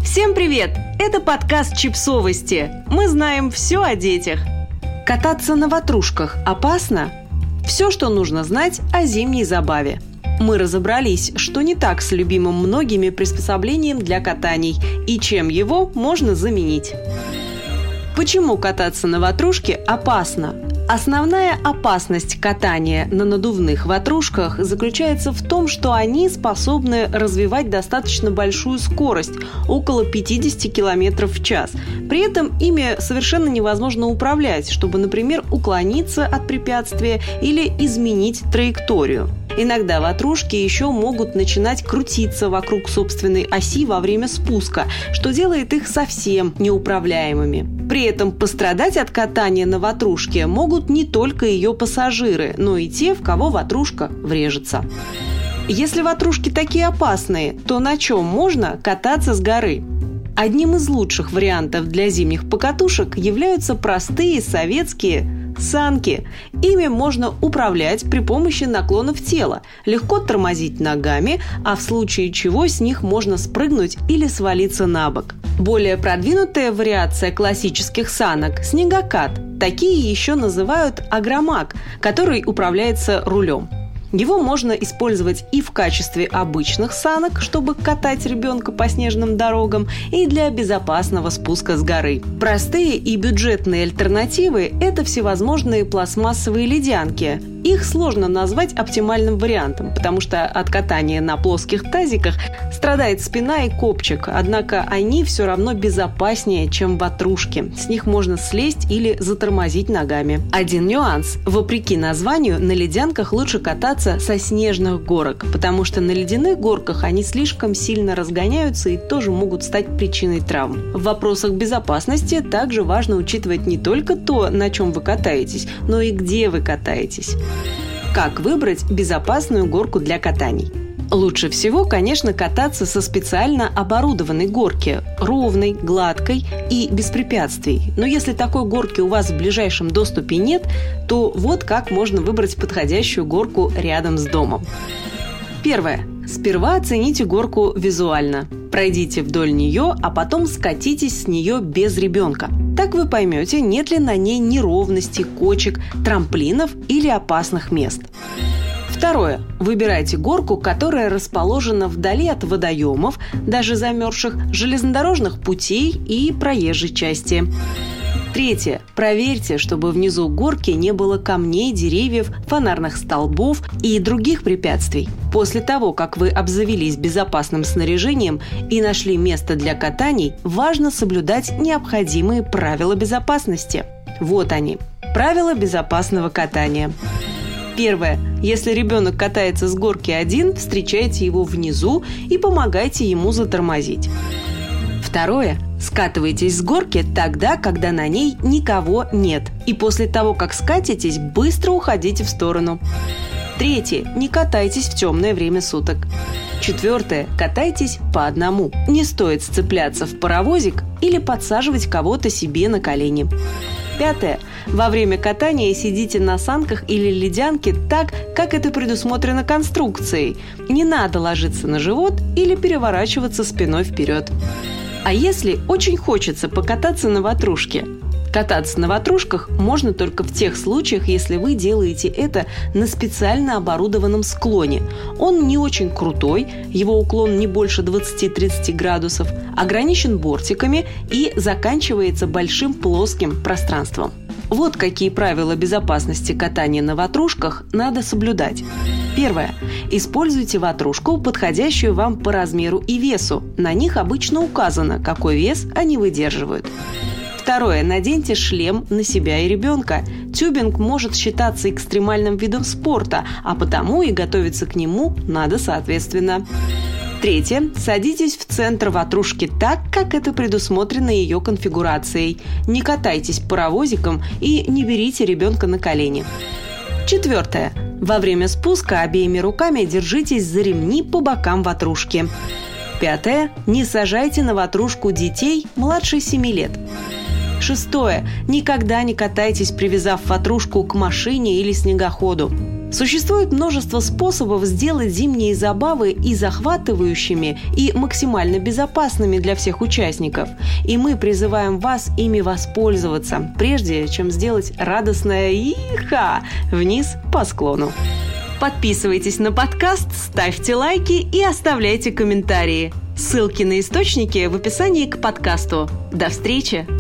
Всем привет! Это подкаст «Чипсовости». Мы знаем все о детях. Кататься на ватрушках опасно? Все, что нужно знать о зимней забаве. Мы разобрались, что не так с любимым многими приспособлением для катаний и чем его можно заменить. Почему кататься на ватрушке опасно? Основная опасность катания на надувных ватрушках заключается в том, что они способны развивать достаточно большую скорость – около 50 км в час. При этом ими совершенно невозможно управлять, чтобы, например, уклониться от препятствия или изменить траекторию. Иногда ватрушки еще могут начинать крутиться вокруг собственной оси во время спуска, что делает их совсем неуправляемыми. При этом пострадать от катания на ватрушке могут не только ее пассажиры, но и те, в кого ватрушка врежется. Если ватрушки такие опасные, то на чем можно кататься с горы? Одним из лучших вариантов для зимних покатушек являются простые советские санки. Ими можно управлять при помощи наклонов тела, легко тормозить ногами, а в случае чего с них можно спрыгнуть или свалиться на бок. Более продвинутая вариация классических санок – снегокат. Такие еще называют агромаг, который управляется рулем. Его можно использовать и в качестве обычных санок, чтобы катать ребенка по снежным дорогам, и для безопасного спуска с горы. Простые и бюджетные альтернативы – это всевозможные пластмассовые ледянки. Их сложно назвать оптимальным вариантом, потому что от катания на плоских тазиках страдает спина и копчик, однако они все равно безопаснее, чем ватрушки. С них можно слезть или затормозить ногами. Один нюанс – вопреки названию, на ледянках лучше кататься со снежных горок, потому что на ледяных горках они слишком сильно разгоняются и тоже могут стать причиной травм. В вопросах безопасности также важно учитывать не только то, на чем вы катаетесь, но и где вы катаетесь. Как выбрать безопасную горку для катаний? Лучше всего, конечно, кататься со специально оборудованной горки, ровной, гладкой и без препятствий. Но если такой горки у вас в ближайшем доступе нет, то вот как можно выбрать подходящую горку рядом с домом. Первое. Сперва оцените горку визуально. Пройдите вдоль нее, а потом скатитесь с нее без ребенка. Так вы поймете, нет ли на ней неровностей, кочек, трамплинов или опасных мест. Второе. Выбирайте горку, которая расположена вдали от водоемов, даже замерзших, железнодорожных путей и проезжей части. Третье. Проверьте, чтобы внизу горки не было камней, деревьев, фонарных столбов и других препятствий. После того, как вы обзавелись безопасным снаряжением и нашли место для катаний, важно соблюдать необходимые правила безопасности. Вот они. Правила безопасного катания. Первое. Если ребенок катается с горки один, встречайте его внизу и помогайте ему затормозить. Второе. Скатывайтесь с горки тогда, когда на ней никого нет. И после того, как скатитесь, быстро уходите в сторону. Третье. Не катайтесь в темное время суток. Четвертое. Катайтесь по одному. Не стоит сцепляться в паровозик или подсаживать кого-то себе на колени. Пятое. Во время катания сидите на санках или ледянке так, как это предусмотрено конструкцией. Не надо ложиться на живот или переворачиваться спиной вперед. А если очень хочется покататься на ватрушке? Кататься на ватрушках можно только в тех случаях, если вы делаете это на специально оборудованном склоне. Он не очень крутой, его уклон не больше 20-30 градусов, ограничен бортиками и заканчивается большим плоским пространством. Вот какие правила безопасности катания на ватрушках надо соблюдать. Первое. Используйте ватрушку, подходящую вам по размеру и весу. На них обычно указано, какой вес они выдерживают. Второе. Наденьте шлем на себя и ребенка. Тюбинг может считаться экстремальным видом спорта, а потому и готовиться к нему надо соответственно. Третье. Садитесь в центр ватрушки так, как это предусмотрено ее конфигурацией. Не катайтесь паровозиком и не берите ребенка на колени. Четвертое. Во время спуска обеими руками держитесь за ремни по бокам ватрушки. Пятое. Не сажайте на ватрушку детей младше 7 лет. Шестое. Никогда не катайтесь, привязав ватрушку к машине или снегоходу. Существует множество способов сделать зимние забавы и захватывающими, и максимально безопасными для всех участников. И мы призываем вас ими воспользоваться, прежде чем сделать радостное «иха» вниз по склону. Подписывайтесь на подкаст, ставьте лайки и оставляйте комментарии. Ссылки на источники в описании к подкасту. До встречи!